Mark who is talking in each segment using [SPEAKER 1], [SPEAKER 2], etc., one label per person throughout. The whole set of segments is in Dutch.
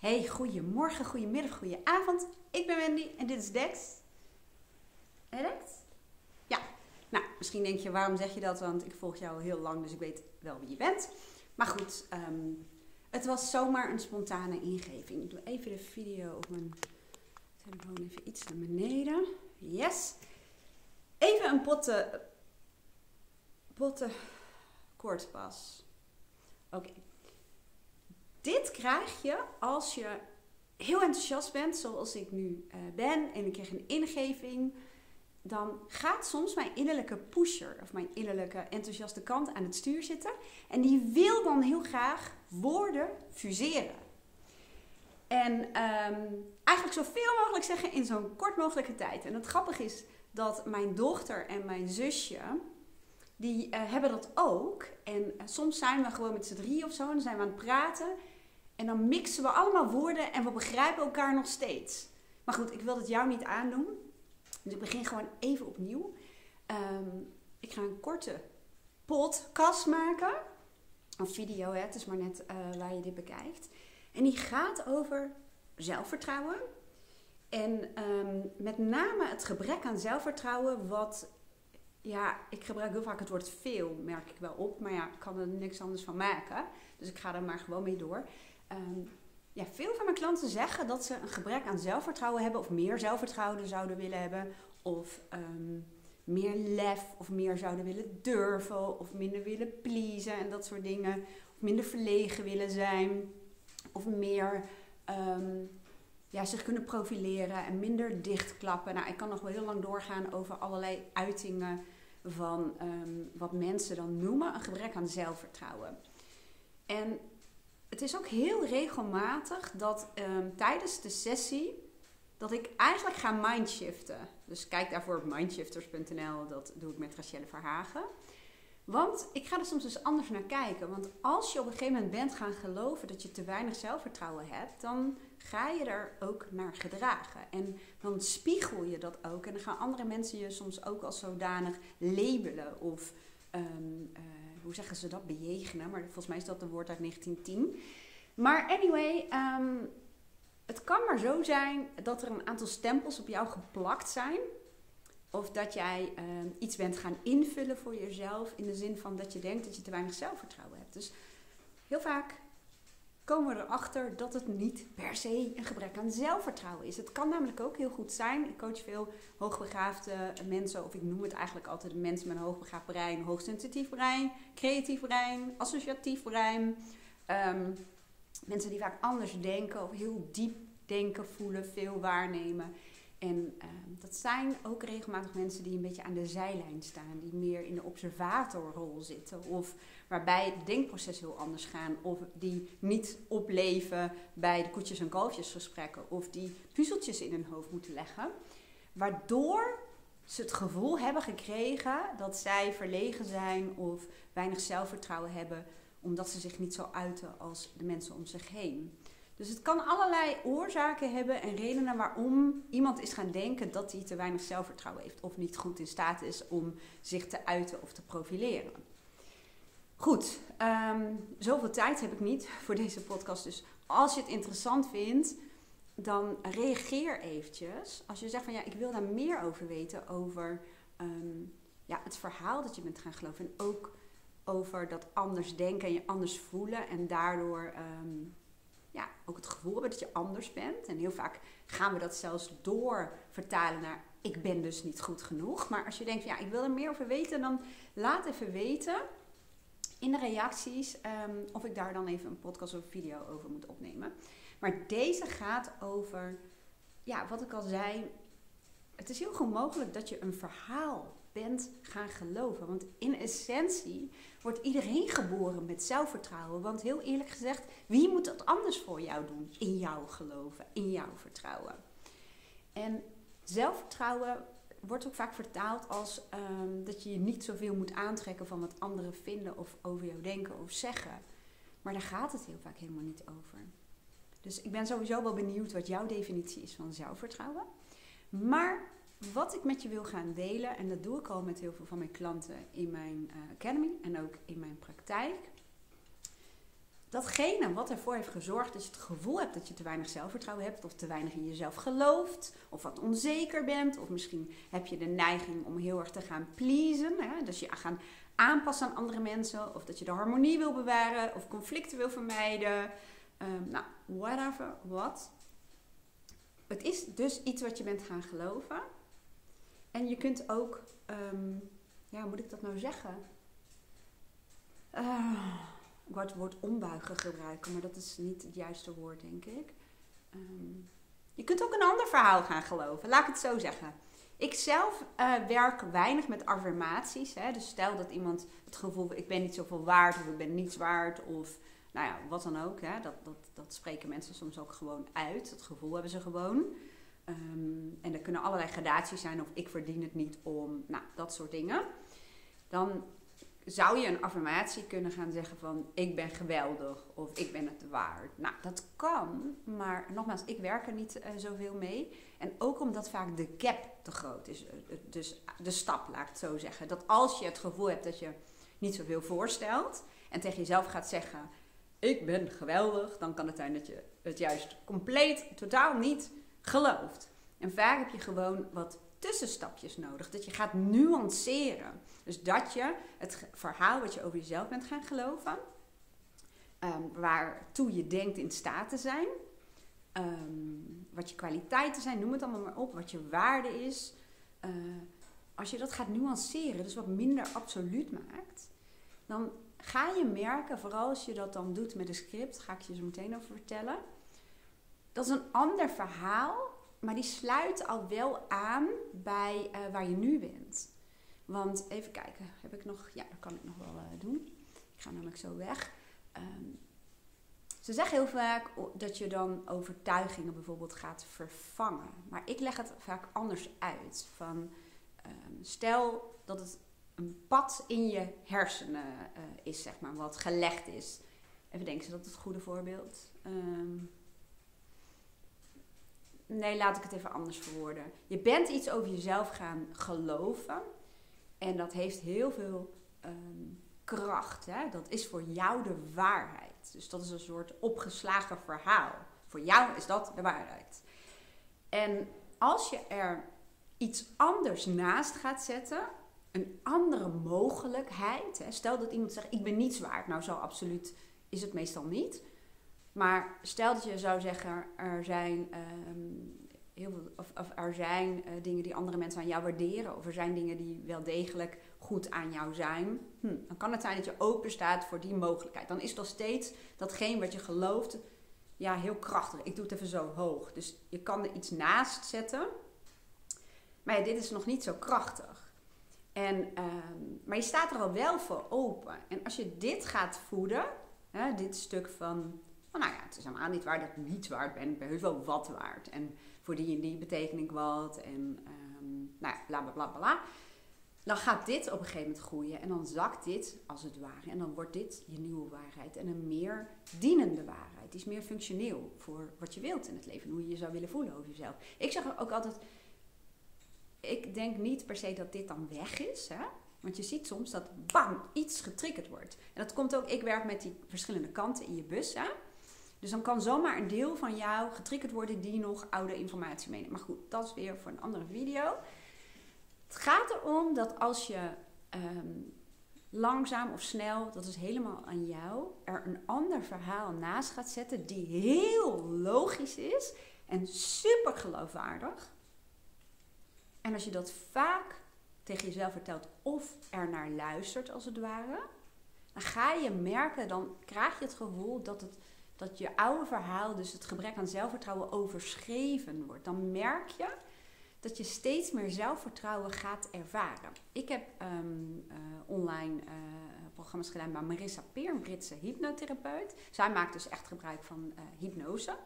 [SPEAKER 1] Hey, goedemorgen, goedemiddag, goedenavond. Ik ben Wendy en dit is Dex. Dex? Ja, nou, misschien denk je, waarom zeg je dat? Want ik volg jou al heel lang, dus ik weet wel wie je bent. Maar goed, het was zomaar een spontane ingeving. Ik doe even de video op mijn telefoon even iets naar beneden. Yes. Even een potte koordpas. Oké. Dit krijg je als je heel enthousiast bent, zoals ik nu ben, en ik krijg een ingeving. Dan gaat soms mijn innerlijke pusher of mijn innerlijke enthousiaste kant aan het stuur zitten. En die wil dan heel graag woorden fuseren. En eigenlijk zoveel mogelijk zeggen in zo'n kort mogelijke tijd. En het grappige is dat mijn dochter en mijn zusje, die hebben dat ook. En soms zijn we gewoon met z'n drieën of zo en dan zijn we aan het praten. En dan mixen we allemaal woorden en we begrijpen elkaar nog steeds. Maar goed, ik wil het jou niet aandoen. Dus ik begin gewoon even opnieuw. Ik ga een korte podcast maken. Een video, hè? Het is maar net waar je dit bekijkt. En die gaat over zelfvertrouwen. En met name het gebrek aan zelfvertrouwen. Ja, ik gebruik heel vaak het woord veel, merk ik wel op. Maar ja, ik kan er niks anders van maken. Dus ik ga er maar gewoon mee door. Veel van mijn klanten zeggen dat ze een gebrek aan zelfvertrouwen hebben. Of meer zelfvertrouwen zouden willen hebben. Of meer lef. Of meer zouden willen durven. Of minder willen pleasen en dat soort dingen. Of minder verlegen willen zijn. Of meer zich kunnen profileren en minder dichtklappen. Nou, ik kan nog wel heel lang doorgaan over allerlei uitingen van wat mensen dan noemen een gebrek aan zelfvertrouwen. En het is ook heel regelmatig dat tijdens de sessie dat ik eigenlijk ga mindshiften. Dus kijk daarvoor op mindshifters.nl, dat doe ik met Rachelle Verhagen. Want ik ga er soms dus anders naar kijken. Want als je op een gegeven moment bent gaan geloven dat je te weinig zelfvertrouwen hebt, dan ga je er ook naar gedragen. En dan spiegel je dat ook. En dan gaan andere mensen je soms ook als zodanig labelen of hoe zeggen ze dat? Bejegenen. Maar volgens mij is dat een woord uit 1910. Maar anyway, het kan maar zo zijn dat er een aantal stempels op jou geplakt zijn. Of dat jij iets bent gaan invullen voor jezelf in de zin van dat je denkt dat je te weinig zelfvertrouwen hebt. Dus heel vaak komen we erachter dat het niet per se een gebrek aan zelfvertrouwen is. Het kan namelijk ook heel goed zijn. Ik coach veel hoogbegaafde mensen, of ik noem het eigenlijk altijd mensen met een hoogbegaafd brein, hoogsensitief brein, creatief brein, associatief brein. Mensen die vaak anders denken of heel diep denken, voelen, veel waarnemen. En dat zijn ook regelmatig mensen die een beetje aan de zijlijn staan. Die meer in de observatorrol zitten. Of waarbij het denkproces heel anders gaan. Of die niet opleven bij de koetjes- en kalfjesgesprekken. Of die puzzeltjes in hun hoofd moeten leggen. Waardoor ze het gevoel hebben gekregen dat zij verlegen zijn of weinig zelfvertrouwen hebben. Omdat ze zich niet zo uiten als de mensen om zich heen. Dus het kan allerlei oorzaken hebben en redenen waarom iemand is gaan denken dat hij te weinig zelfvertrouwen heeft. Of niet goed in staat is om zich te uiten of te profileren. Goed, zoveel tijd heb ik niet voor deze podcast. Dus als je het interessant vindt, dan reageer eventjes. Als je zegt van ja, ik wil daar meer over weten. Over het verhaal dat je bent gaan geloven. En ook over dat anders denken en je anders voelen. En daardoor ook het gevoel hebben dat je anders bent. En heel vaak gaan we dat zelfs doorvertalen naar ik ben dus niet goed genoeg. Maar als je denkt van ja, ik wil er meer over weten, dan laat even weten in de reacties of ik daar dan even een podcast of video over moet opnemen. Maar deze gaat over, wat ik al zei, het is heel goed mogelijk dat je een verhaal bent gaan geloven. Want in essentie wordt iedereen geboren met zelfvertrouwen. Want heel eerlijk gezegd, wie moet dat anders voor jou doen? In jou geloven, in jouw vertrouwen. En zelfvertrouwen wordt ook vaak vertaald als dat je je niet zoveel moet aantrekken van wat anderen vinden of over jou denken of zeggen. Maar daar gaat het heel vaak helemaal niet over. Dus ik ben sowieso wel benieuwd wat jouw definitie is van zelfvertrouwen. Maar wat ik met je wil gaan delen, en dat doe ik al met heel veel van mijn klanten in mijn academy en ook in mijn praktijk, datgene wat ervoor heeft gezorgd dat je het gevoel hebt dat je te weinig zelfvertrouwen hebt, of te weinig in jezelf gelooft, of wat onzeker bent, of misschien heb je de neiging om heel erg te gaan pleasen, hè? Dus je gaan aanpassen aan andere mensen, of dat je de harmonie wil bewaren, of conflicten wil vermijden, nou, whatever, wat. Het is dus iets wat je bent gaan geloven. En je kunt ook, ja, hoe moet ik dat nou zeggen? Ik wou het woord ombuigen gebruiken, maar dat is niet het juiste woord, denk ik. Je kunt ook een ander verhaal gaan geloven, laat ik het zo zeggen. Ik zelf werk weinig met affirmaties. Hè? Dus stel dat iemand het gevoel, ik ben niet zoveel waard, of ik ben niets waard, of nou ja, wat dan ook. Hè? Dat spreken mensen soms ook gewoon uit. Dat gevoel hebben ze gewoon. En er kunnen allerlei gradaties zijn, of ik verdien het niet om, nou, dat soort dingen. Dan zou je een affirmatie kunnen gaan zeggen van, ik ben geweldig, of ik ben het waard. Nou, dat kan, maar nogmaals, ik werk er niet zoveel mee. En ook omdat vaak de gap te groot is. Dus de stap, laat ik het zo zeggen. Dat als je het gevoel hebt dat je niet zoveel voorstelt en tegen jezelf gaat zeggen, ik ben geweldig, dan kan het zijn dat je het juist compleet, totaal niet gelooft. En vaak heb je gewoon wat tussenstapjes nodig. Dat je gaat nuanceren. Dus dat je het verhaal wat je over jezelf bent gaan geloven, waartoe je denkt in staat te zijn, wat je kwaliteiten zijn, noem het allemaal maar op, wat je waarde is. Als je dat gaat nuanceren, dus wat minder absoluut maakt, dan ga je merken, vooral als je dat dan doet met een script, ga ik je zo meteen over vertellen, dat is een ander verhaal, maar die sluit al wel aan bij waar je nu bent. Want even kijken, heb ik nog, ja, dat kan ik nog wel doen. Ik ga namelijk zo weg. Ze zeggen heel vaak dat je dan overtuigingen bijvoorbeeld gaat vervangen. Maar ik leg het vaak anders uit. Van, stel dat het een pad in je hersenen is, zeg maar, wat gelegd is. Even denken, is dat het goede voorbeeld? Nee, laat ik het even anders verwoorden. Je bent iets over jezelf gaan geloven. En dat heeft heel veel kracht. Hè? Dat is voor jou de waarheid. Dus dat is een soort opgeslagen verhaal. Voor jou is dat de waarheid. En als je er iets anders naast gaat zetten, een andere mogelijkheid. Hè? Stel dat iemand zegt, ik ben niets waard. Nou, zo absoluut is het meestal niet. Maar stel dat je zou zeggen, er zijn heel veel, of er zijn dingen die andere mensen aan jou waarderen, of er zijn dingen die wel degelijk goed aan jou zijn, dan kan het zijn dat je open staat voor die mogelijkheid. Dan is nog steeds datgene wat je gelooft, ja, heel krachtig. Ik doe het even zo hoog. Dus je kan er iets naast zetten, maar ja, dit is nog niet zo krachtig. Maar je staat er al wel voor open. En als je dit gaat voeden, hè, dit stuk van, nou ja, het is helemaal niet waar dat ik niets waard ben. Ik ben heus wel wat waard. En voor die en die beteken ik wat. En nou ja, bla bla bla bla. Dan gaat dit op een gegeven moment groeien. En dan zakt dit als het ware. En dan wordt dit je nieuwe waarheid. En een meer dienende waarheid. Die is meer functioneel voor wat je wilt in het leven. Hoe je je zou willen voelen over jezelf. Ik zeg ook altijd, ik denk niet per se dat dit dan weg is. Hè? Want je ziet soms dat bam, iets getriggerd wordt. En dat komt ook, ik werk met die verschillende kanten in je bus. Hè? Dus dan kan zomaar een deel van jou getriggerd worden die nog oude informatie meeneemt. Maar goed, dat is weer voor een andere video. Het gaat erom dat als je langzaam of snel, dat is helemaal aan jou, er een ander verhaal naast gaat zetten die heel logisch is en super geloofwaardig. En als je dat vaak tegen jezelf vertelt of er naar luistert als het ware, dan ga je merken, dan krijg je het gevoel dat je oude verhaal, dus het gebrek aan zelfvertrouwen, overschreven wordt. Dan merk je dat je steeds meer zelfvertrouwen gaat ervaren. Ik heb online programma's gedaan bij Marissa Peer, een Britse hypnotherapeut. Zij maakt dus echt gebruik van hypnose.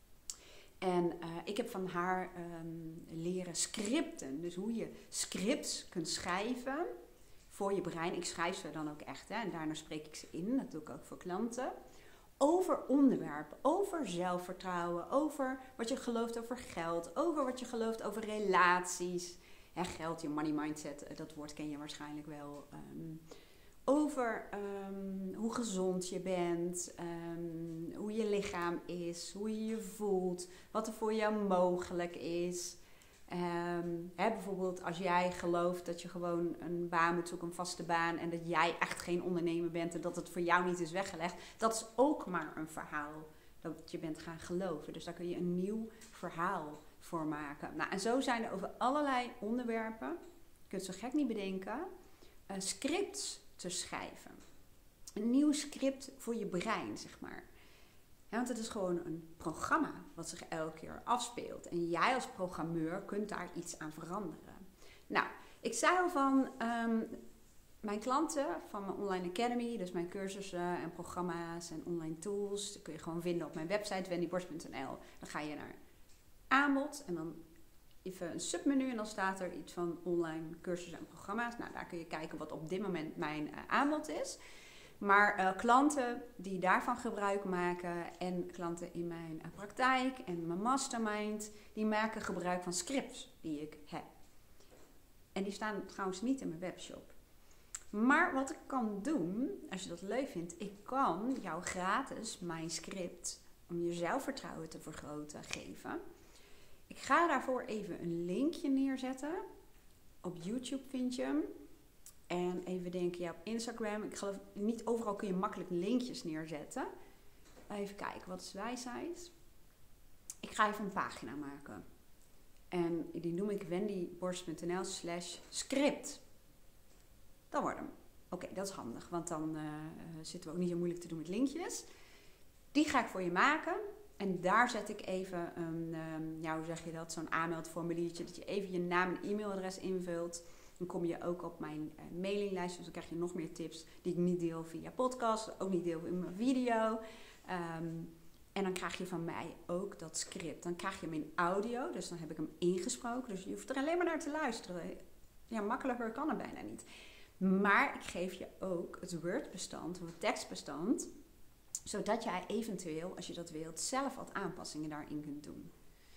[SPEAKER 1] En ik heb van haar leren scripten. Dus hoe je scripts kunt schrijven voor je brein. Ik schrijf ze dan ook echt. Hè, en daarna spreek ik ze in. Dat doe ik ook voor klanten. Over onderwerpen, over zelfvertrouwen, over wat je gelooft over geld, over wat je gelooft over relaties. Ja, geld, je money mindset, dat woord ken je waarschijnlijk wel. over hoe gezond je bent, hoe je lichaam is, hoe je je voelt, wat er voor jou mogelijk is. Bijvoorbeeld als jij gelooft dat je gewoon een baan moet zoeken, een vaste baan, en dat jij echt geen ondernemer bent en dat het voor jou niet is weggelegd, dat is ook maar een verhaal dat je bent gaan geloven. Dus daar kun je een nieuw verhaal voor maken. Nou, en zo zijn er over allerlei onderwerpen, je kunt het zo gek niet bedenken, scripts te schrijven. Een nieuw script voor je brein, zeg maar. Ja, want het is gewoon een programma wat zich elke keer afspeelt. En jij als programmeur kunt daar iets aan veranderen. Nou, ik zei al van mijn klanten van mijn online academy, dus mijn cursussen en programma's en online tools, dat kun je gewoon vinden op mijn website wendyborst.nl. Dan ga je naar aanbod en dan even een submenu en dan staat er iets van online cursussen en programma's. Nou, daar kun je kijken wat op dit moment mijn aanbod is. Maar klanten die daarvan gebruik maken en klanten in mijn praktijk en mijn mastermind, die maken gebruik van scripts die ik heb. En die staan trouwens niet in mijn webshop. Maar wat ik kan doen, als je dat leuk vindt, ik kan jou gratis mijn script om je zelfvertrouwen te vergroten geven. Ik ga daarvoor even een linkje neerzetten. Op YouTube vind je hem. En even denken, ja, op Instagram. Ik geloof niet overal kun je makkelijk linkjes neerzetten. Even kijken, wat is wijsheid? Ik ga even een pagina maken. En die noem ik wendyborst.nl/script. Dat wordt hem. Oké, dat is handig. Want dan zitten we ook niet zo moeilijk te doen met linkjes. Die ga ik voor je maken. En daar zet ik even hoe zeg je dat? Zo'n aanmeldformuliertje. Dat je even je naam en e-mailadres invult. Dan kom je ook op mijn mailinglijst. Dus dan krijg je nog meer tips die ik niet deel via podcast. Ook niet deel in mijn video. En dan krijg je van mij ook dat script. Dan krijg je hem in audio. Dus dan heb ik hem ingesproken. Dus je hoeft er alleen maar naar te luisteren. Ja, makkelijker kan het bijna niet. Maar ik geef je ook het Word-bestand of het tekstbestand. Zodat jij eventueel, als je dat wilt, zelf wat aanpassingen daarin kunt doen.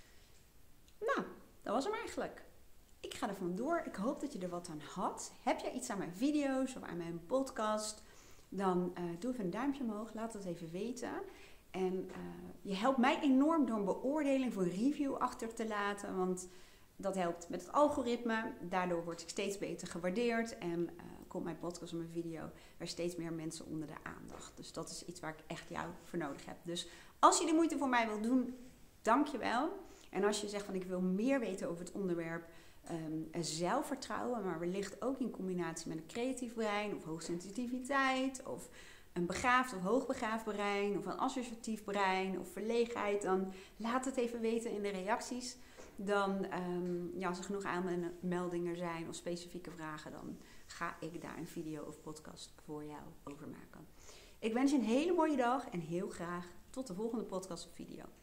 [SPEAKER 1] Nou, dat was hem eigenlijk. Ik ga er vandoor. Ik hoop dat je er wat aan had. Heb jij iets aan mijn video's of aan mijn podcast? Dan doe even een duimpje omhoog. Laat het even weten. En je helpt mij enorm door een beoordeling voor een review achter te laten. Want dat helpt met het algoritme. Daardoor word ik steeds beter gewaardeerd. En komt mijn podcast of mijn video bij steeds meer mensen onder de aandacht. Dus dat is iets waar ik echt jou voor nodig heb. Dus als je de moeite voor mij wilt doen, dank je wel. En als je zegt van ik wil meer weten over het onderwerp zelfvertrouwen, maar wellicht ook in combinatie met een creatief brein of hoogsensitiviteit of een begaafd of hoogbegaafd brein of een associatief brein of verlegenheid, dan laat het even weten in de reacties. Dan, als er genoeg aanmeldingen zijn of specifieke vragen, dan ga ik daar een video of podcast voor jou over maken. Ik wens je een hele mooie dag en heel graag tot de volgende podcast of video.